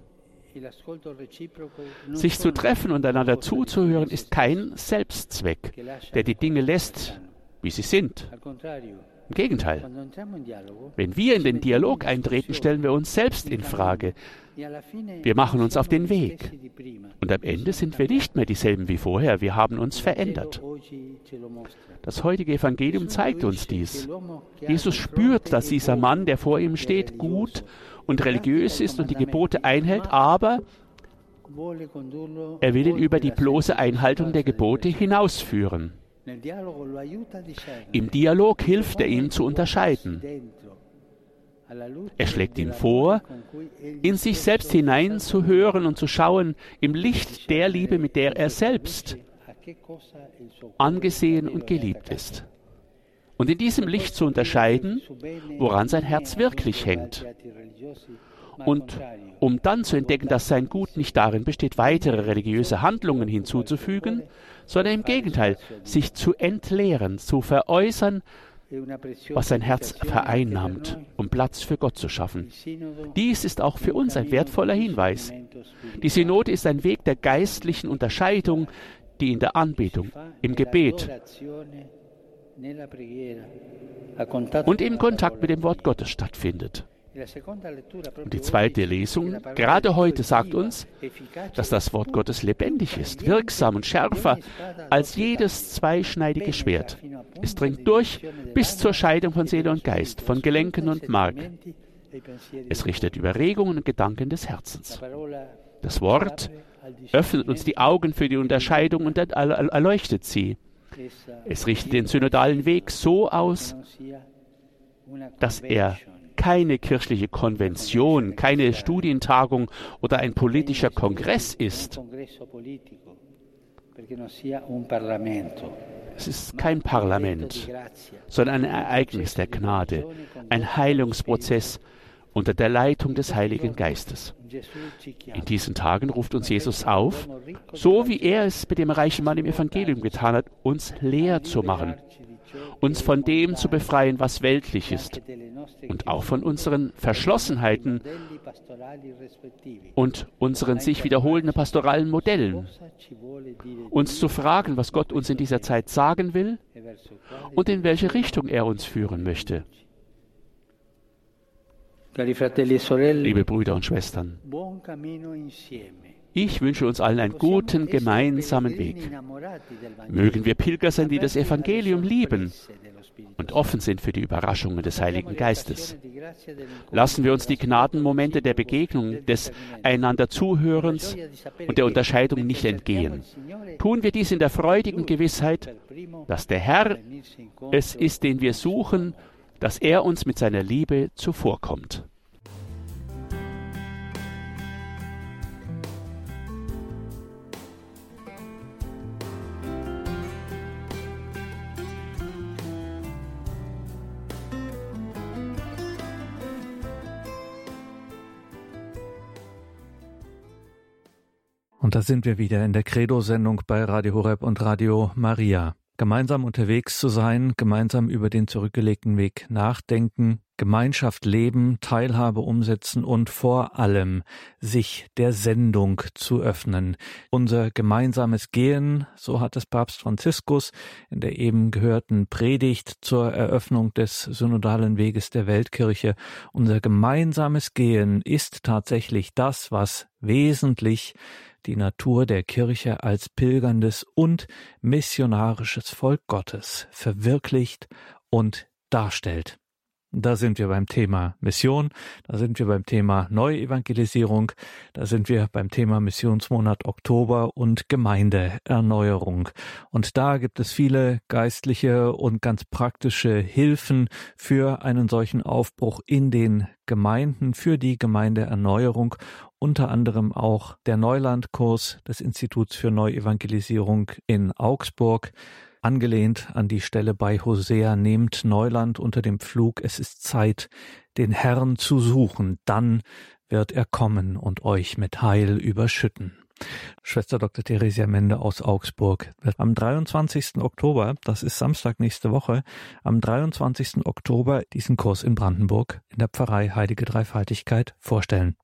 S3: Sich zu treffen und einander zuzuhören, ist kein Selbstzweck, der die Dinge lässt, wie sie sind. Im Gegenteil. Wenn wir in den Dialog eintreten, stellen wir uns selbst in Frage. Wir machen uns auf den Weg. Und am Ende sind wir nicht mehr dieselben wie vorher. Wir haben uns verändert. Das heutige Evangelium zeigt uns dies. Jesus spürt, dass dieser Mann, der vor ihm steht, gut und religiös ist und die Gebote einhält, aber er will ihn über die bloße Einhaltung der Gebote hinausführen. Im Dialog hilft er ihm zu unterscheiden. Er schlägt ihm vor, in sich selbst hineinzuhören und zu schauen im Licht der Liebe, mit der er selbst angesehen und geliebt ist. und in diesem Licht zu unterscheiden, woran sein Herz wirklich hängt. Und um dann zu entdecken, dass sein Gut nicht darin besteht, weitere religiöse Handlungen hinzuzufügen, sondern im Gegenteil, sich zu entleeren, zu veräußern, was sein Herz vereinnahmt, um Platz für Gott zu schaffen. Dies ist auch für uns ein wertvoller Hinweis. Die Synode ist ein Weg der geistlichen Unterscheidung, die in der Anbetung, im Gebet und im Kontakt mit dem Wort Gottes stattfindet. Und die zweite Lesung, gerade heute, sagt uns, dass das Wort Gottes lebendig ist, wirksam und schärfer als jedes zweischneidige Schwert. Es dringt durch bis zur Scheidung von Seele und Geist, von Gelenken und Mark. Es richtet Überregungen und Gedanken des Herzens. Das Wort öffnet uns die Augen für die Unterscheidung und erleuchtet sie. Es richtet den synodalen Weg so aus, dass er keine kirchliche Konvention, keine Studientagung oder ein politischer Kongress ist. Es ist kein Parlament, sondern ein Ereignis der Gnade, ein Heilungsprozess unter der Leitung des Heiligen Geistes. In diesen Tagen ruft uns Jesus auf, so wie er es mit dem reichen Mann im Evangelium getan hat, uns leer zu machen, uns von dem zu befreien, was weltlich ist, und auch von unseren Verschlossenheiten und unseren sich wiederholenden pastoralen Modellen, uns zu fragen, was Gott uns in dieser Zeit sagen will und in welche Richtung er uns führen möchte. Liebe Brüder und Schwestern, ich wünsche uns allen einen guten gemeinsamen Weg. Mögen wir Pilger sein, die das Evangelium lieben und offen sind für die Überraschungen des Heiligen Geistes. Lassen wir uns die Gnadenmomente der Begegnung, des einander Zuhörens und der Unterscheidung nicht entgehen. Tun wir dies in der freudigen Gewissheit, dass der Herr es ist, den wir suchen, dass er uns mit seiner Liebe zuvorkommt.
S1: Und da sind wir wieder in der Credo-Sendung bei Radio Horeb und Radio Maria. Gemeinsam unterwegs zu sein, gemeinsam über den zurückgelegten Weg nachdenken, Gemeinschaft leben, Teilhabe umsetzen und vor allem sich der Sendung zu öffnen. Unser gemeinsames Gehen, so hat es Papst Franziskus in der eben gehörten Predigt zur Eröffnung des synodalen Weges der Weltkirche, unser gemeinsames Gehen ist tatsächlich das, was wesentlich die Natur der Kirche als pilgerndes und missionarisches Volk Gottes verwirklicht und darstellt. Da sind wir beim Thema Mission, da sind wir beim Thema Neuevangelisierung, da sind wir beim Thema Missionsmonat Oktober und Gemeindeerneuerung. Und da gibt es viele geistliche und ganz praktische Hilfen für einen solchen Aufbruch in den Gemeinden, für die Gemeindeerneuerung, unter anderem auch der Neulandkurs des Instituts für Neuevangelisierung in Augsburg, angelehnt an die Stelle bei Hosea, nehmt Neuland unter dem Pflug, es ist Zeit, den Herrn zu suchen, dann wird er kommen und euch mit Heil überschütten. Schwester Dr. Theresia Mende aus Augsburg wird am 23. Oktober, das ist Samstag nächste Woche, am 23. Oktober diesen Kurs in Brandenburg in der Pfarrei Heilige Dreifaltigkeit vorstellen.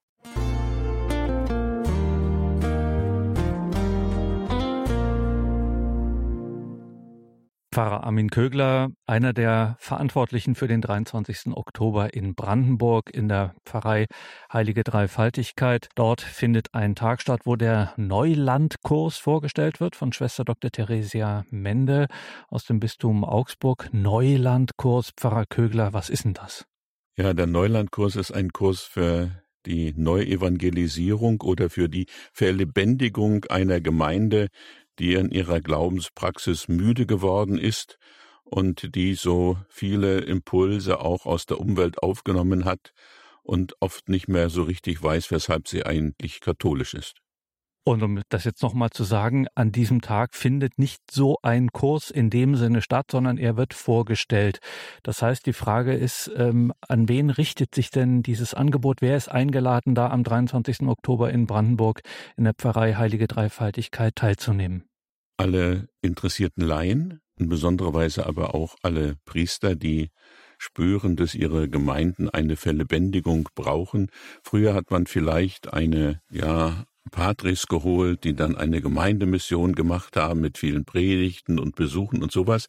S1: Pfarrer Armin Kögler, einer der Verantwortlichen für den 23. Oktober in Brandenburg in der Pfarrei Heilige Dreifaltigkeit. Dort findet ein Tag statt, wo der Neulandkurs vorgestellt wird von Schwester Dr. Theresia Mende aus dem Bistum Augsburg. Neulandkurs, Pfarrer Kögler, was ist denn das?
S4: Ja, der Neulandkurs ist ein Kurs für die Neuevangelisierung oder für die Verlebendigung einer Gemeinde, die in ihrer Glaubenspraxis müde geworden ist und die so viele Impulse auch aus der Umwelt aufgenommen hat und oft nicht mehr so richtig weiß, weshalb sie eigentlich katholisch ist.
S1: Und um das jetzt nochmal zu sagen, an diesem Tag findet nicht so ein Kurs in dem Sinne statt, sondern er wird vorgestellt. Das heißt, die Frage ist, an wen richtet sich denn dieses Angebot? Wer ist eingeladen, da am 23. Oktober in Brandenburg in der Pfarrei Heilige Dreifaltigkeit teilzunehmen?
S4: Alle interessierten Laien, in besonderer Weise aber auch alle Priester, die spüren, dass ihre Gemeinden eine Verlebendigung brauchen. Früher hat man vielleicht eine, Patres geholt, die dann eine Gemeindemission gemacht haben mit vielen Predigten und Besuchen und sowas.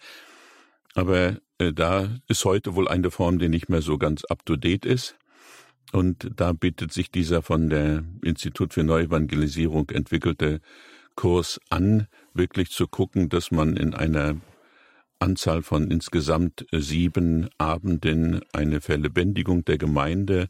S4: Aber da ist heute wohl eine Form, die nicht mehr so ganz up-to-date ist. Und da bietet sich dieser von der Institut für Neuevangelisierung entwickelte Kurs an, wirklich zu gucken, dass man in einer Anzahl von insgesamt 7 Abenden eine Verlebendigung der Gemeinde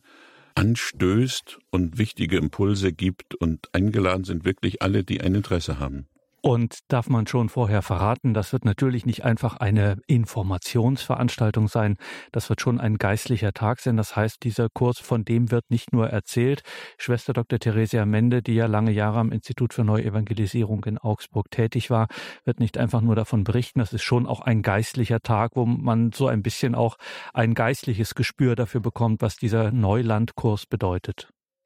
S4: anstößt und wichtige Impulse gibt, und eingeladen sind wirklich alle, die ein Interesse haben.
S1: Und darf man schon vorher verraten, das wird natürlich nicht einfach eine Informationsveranstaltung sein, das wird schon ein geistlicher Tag sein. Das heißt, dieser Kurs, von dem wird nicht nur erzählt. Schwester Dr. Theresia Mende, die ja lange Jahre am Institut für Neuevangelisierung in Augsburg tätig war, wird nicht einfach nur davon berichten. Das ist schon auch ein geistlicher Tag, wo man so ein bisschen auch ein geistliches Gespür dafür bekommt, was dieser Neulandkurs bedeutet.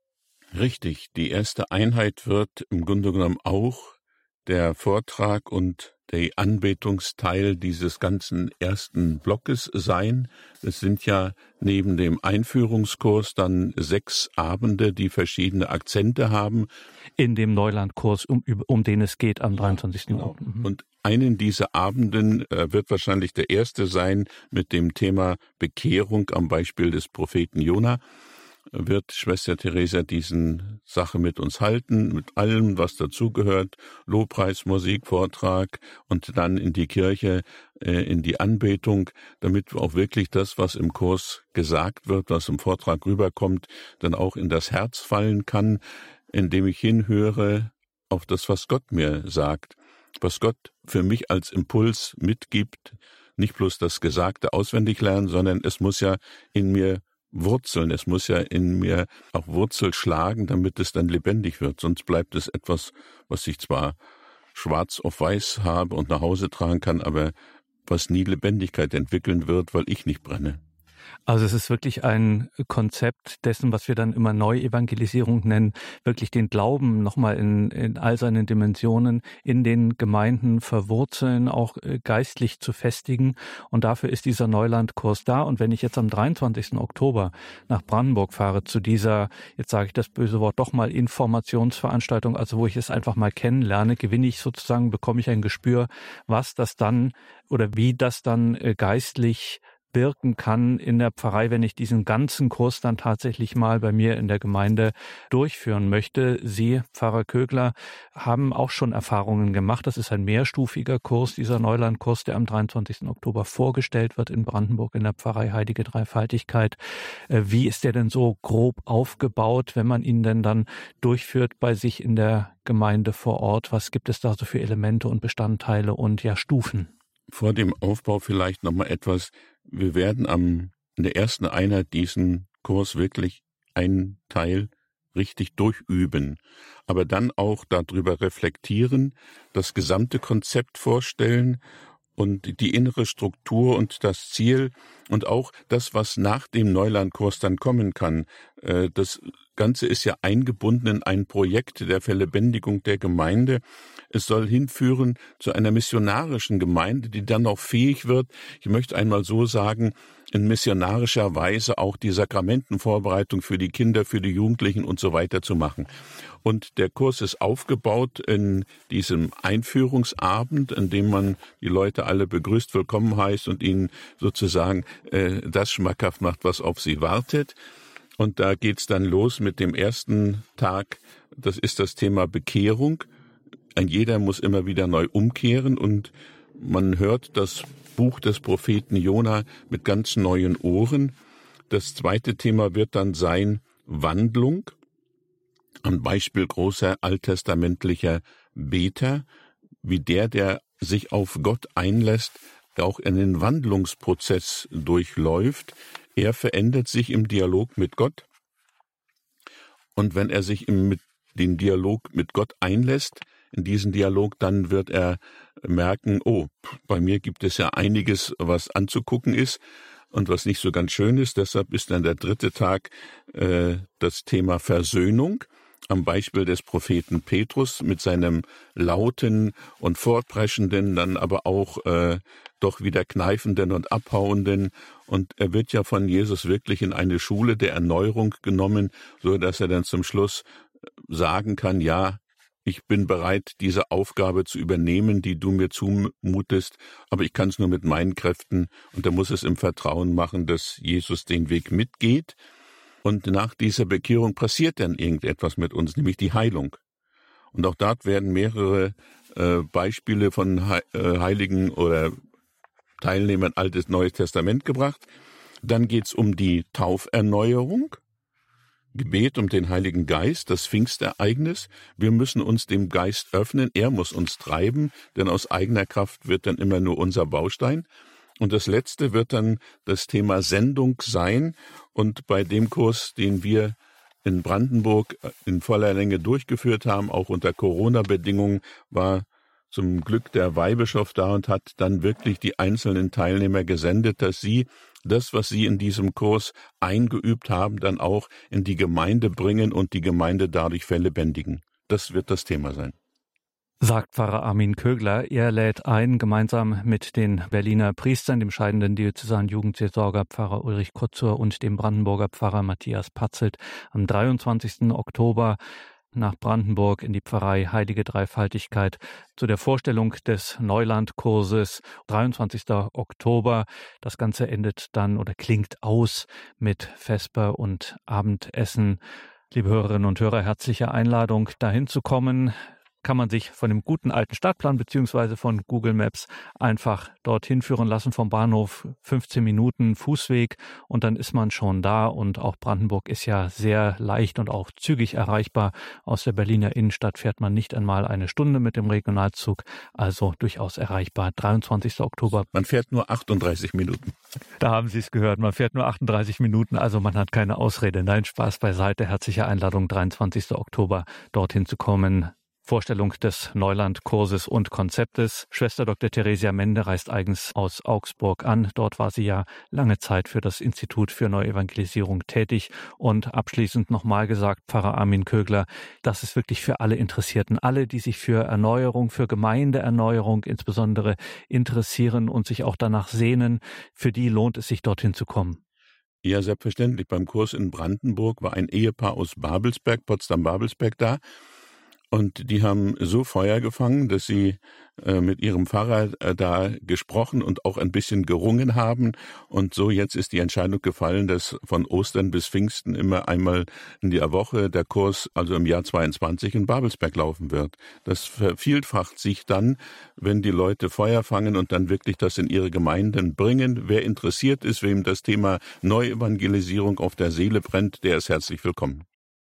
S4: Richtig, die erste Einheit wird im Grunde genommen auch der Vortrag und der Anbetungsteil dieses ganzen ersten Blockes sein. Es sind ja neben dem Einführungskurs dann 6 Abende, die verschiedene Akzente haben.
S1: In dem Neulandkurs, um den es geht am 23. Oktober.
S4: Und einen dieser Abenden wird wahrscheinlich der erste sein mit dem Thema Bekehrung am Beispiel des Propheten Jona. Wird Schwester Theresia diesen Sache mit uns halten, mit allem, was dazugehört, Lobpreis, Musik, Vortrag und dann in die Kirche, in die Anbetung, damit auch wirklich das, was im Kurs gesagt wird, was im Vortrag rüberkommt, dann auch in das Herz fallen kann, indem ich hinhöre auf das, was Gott mir sagt, was Gott für mich als Impuls mitgibt, nicht bloß das Gesagte auswendig lernen, sondern es muss ja in mir wurzeln, es muss ja in mir auch Wurzel schlagen, damit es dann lebendig wird. Sonst bleibt es etwas, was ich zwar schwarz auf weiß habe und nach Hause tragen kann, aber was nie Lebendigkeit entwickeln wird, weil ich nicht brenne.
S1: Also es ist wirklich ein Konzept dessen, was wir dann immer Neuevangelisierung nennen, wirklich den Glauben nochmal in all seinen Dimensionen in den Gemeinden verwurzeln, auch geistlich zu festigen. Und dafür ist dieser Neulandkurs da. Und wenn ich jetzt am 23. Oktober nach Brandenburg fahre zu dieser, jetzt sage ich das böse Wort, doch mal Informationsveranstaltung, also wo ich es einfach mal kennenlerne, bekomme ich ein Gespür, was das dann oder wie das dann geistlich wirken kann in der Pfarrei, wenn ich diesen ganzen Kurs dann tatsächlich mal bei mir in der Gemeinde durchführen möchte. Sie, Pfarrer Kögler, haben auch schon Erfahrungen gemacht. Das ist ein mehrstufiger Kurs, dieser Neulandkurs, der am 23. Oktober vorgestellt wird in Brandenburg in der Pfarrei Heilige Dreifaltigkeit. Wie ist der denn so grob aufgebaut, wenn man ihn denn dann durchführt bei sich in der Gemeinde vor Ort? Was gibt es da so für Elemente und Bestandteile und Stufen?
S4: Vor dem Aufbau vielleicht nochmal etwas. Wir werden in der ersten Einheit diesen Kurs wirklich einen Teil richtig durchüben, aber dann auch darüber reflektieren, das gesamte Konzept vorstellen und die innere Struktur und das Ziel und auch das, was nach dem Neulandkurs dann kommen kann. Das Ganze ist ja eingebunden in ein Projekt der Verlebendigung der Gemeinde. Es soll hinführen zu einer missionarischen Gemeinde, die dann auch fähig wird, ich möchte einmal so sagen, in missionarischer Weise auch die Sakramentenvorbereitung für die Kinder, für die Jugendlichen und so weiter zu machen. Und der Kurs ist aufgebaut in diesem Einführungsabend, in dem man die Leute alle begrüßt, willkommen heißt und ihnen sozusagen das schmackhaft macht, was auf sie wartet. Und da geht's dann los mit dem ersten Tag. Das ist das Thema Bekehrung. Ein jeder muss immer wieder neu umkehren und man hört das Buch des Propheten Jona mit ganz neuen Ohren. Das zweite Thema wird dann sein Wandlung. Ein Beispiel großer alttestamentlicher Beter, wie der sich auf Gott einlässt, auch in den Wandlungsprozess durchläuft. Er verändert sich im Dialog mit Gott. Und wenn er sich mit den Dialog mit Gott einlässt, in diesen Dialog, dann wird er merken, oh, bei mir gibt es ja einiges, was anzugucken ist und was nicht so ganz schön ist. Deshalb ist dann der 3. Tag das Thema Versöhnung. Am Beispiel des Propheten Petrus mit seinem lauten und fortpreschenden, dann aber auch doch wieder kneifenden und abhauenden. Und er wird ja von Jesus wirklich in eine Schule der Erneuerung genommen, so dass er dann zum Schluss sagen kann, ja, ich bin bereit, diese Aufgabe zu übernehmen, die du mir zumutest, aber ich kann es nur mit meinen Kräften. Und er muss es im Vertrauen machen, dass Jesus den Weg mitgeht. Und nach dieser Bekehrung passiert dann irgendetwas mit uns, nämlich die Heilung. Und auch dort werden mehrere Beispiele von Heiligen oder Teilnehmern Altes, Neues Testament gebracht. Dann geht es um die Tauferneuerung, Gebet um den Heiligen Geist, das Pfingstereignis. Wir müssen uns dem Geist öffnen, er muss uns treiben, denn aus eigener Kraft wird dann immer nur unser Baustein. Und das Letzte wird dann das Thema Sendung sein. Und bei dem Kurs, den wir in Brandenburg in voller Länge durchgeführt haben, auch unter Corona-Bedingungen, war zum Glück der Weihbischof da und hat dann wirklich die einzelnen Teilnehmer gesendet, dass sie das, was sie in diesem Kurs eingeübt haben, dann auch in die Gemeinde bringen und die Gemeinde dadurch verlebendigen. Das wird das Thema sein.
S1: Sagt Pfarrer Armin Kögler. Er lädt ein, gemeinsam mit den Berliner Priestern, dem scheidenden diözesanen Jugendseelsorger Pfarrer Ulrich Kutzur und dem Brandenburger Pfarrer Matthias Patzelt am 23. Oktober nach Brandenburg in die Pfarrei Heilige Dreifaltigkeit zu der Vorstellung des Neulandkurses. 23. Oktober. Das Ganze endet dann oder klingt aus mit Vesper und Abendessen. Liebe Hörerinnen und Hörer, herzliche Einladung, dahin zu kommen. Kann man sich von dem guten alten Stadtplan beziehungsweise von Google Maps einfach dorthin führen lassen vom Bahnhof, 15 Minuten Fußweg und dann ist man schon da. Und auch Brandenburg ist ja sehr leicht und auch zügig erreichbar. Aus der Berliner Innenstadt fährt man nicht einmal eine Stunde mit dem Regionalzug, also durchaus erreichbar. 23. Oktober.
S4: Man fährt nur 38 Minuten.
S1: Da haben Sie es gehört, man fährt nur 38 Minuten, also man hat keine Ausrede. Nein, Spaß beiseite, herzliche Einladung, 23. Oktober dorthin zu kommen. Vorstellung des Neulandkurses und Konzeptes. Schwester Dr. Theresia Mende reist eigens aus Augsburg an. Dort war sie ja lange Zeit für das Institut für Neuevangelisierung tätig. Und abschließend nochmal gesagt, Pfarrer Armin Kögler, das ist wirklich für alle Interessierten, alle, die sich für Erneuerung, für Gemeindeerneuerung insbesondere interessieren und sich auch danach sehnen, für die lohnt es sich, dorthin zu kommen.
S4: Ja, selbstverständlich. Beim Kurs in Brandenburg war ein Ehepaar aus Babelsberg, Potsdam-Babelsberg da. Und die haben so Feuer gefangen, dass sie mit ihrem Pfarrer da gesprochen und auch ein bisschen gerungen haben. Und so jetzt ist die Entscheidung gefallen, dass von Ostern bis Pfingsten immer einmal in der Woche der Kurs, also im Jahr 22, in Babelsberg laufen wird. Das vervielfacht sich dann, wenn die Leute Feuer fangen und dann wirklich das in ihre Gemeinden bringen. Wer interessiert ist, wem das Thema Neuevangelisierung auf der Seele brennt, der ist herzlich willkommen.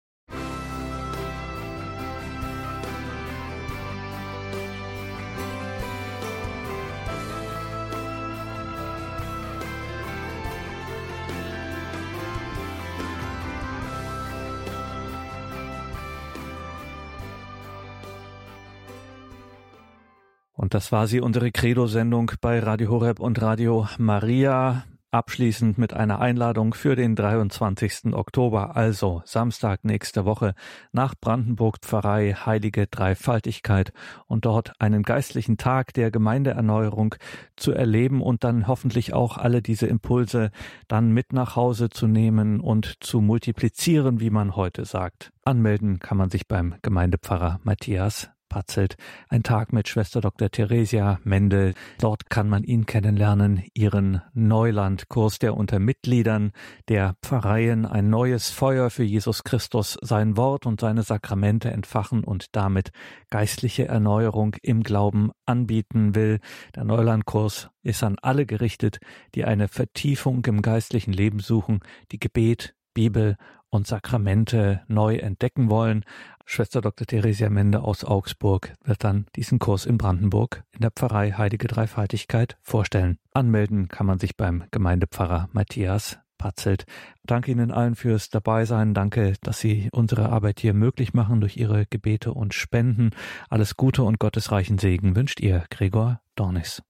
S1: Und das war sie, unsere Credo-Sendung bei Radio Horeb und Radio Maria. Abschließend mit einer Einladung für den 23. Oktober, also Samstag nächste Woche, nach Brandenburg Pfarrei Heilige Dreifaltigkeit und dort einen geistlichen Tag der Gemeindeerneuerung zu erleben und dann hoffentlich auch alle diese Impulse dann mit nach Hause zu nehmen und zu multiplizieren, wie man heute sagt. Anmelden kann man sich beim Gemeindepfarrer Matthias Patzelt. Ein Tag mit Schwester Dr. Theresia Mende. Dort kann man ihn kennenlernen, ihren Neulandkurs, der unter Mitgliedern der Pfarreien ein neues Feuer für Jesus Christus, sein Wort und seine Sakramente entfachen und damit geistliche Erneuerung im Glauben anbieten will. Der Neulandkurs ist an alle gerichtet, die eine Vertiefung im geistlichen Leben suchen, die Gebet, Bibel und Sakramente neu entdecken wollen. Schwester Dr. Theresia Mende aus Augsburg wird dann diesen Kurs in Brandenburg in der Pfarrei Heilige Dreifaltigkeit vorstellen. Anmelden kann man sich beim Gemeindepfarrer Matthias Patzelt. Patzelt. Danke Ihnen allen fürs Dabeisein. Danke, dass Sie unsere Arbeit hier möglich machen durch Ihre Gebete und Spenden. Alles Gute und gottesreichen Segen wünscht Ihr Gregor Dornis.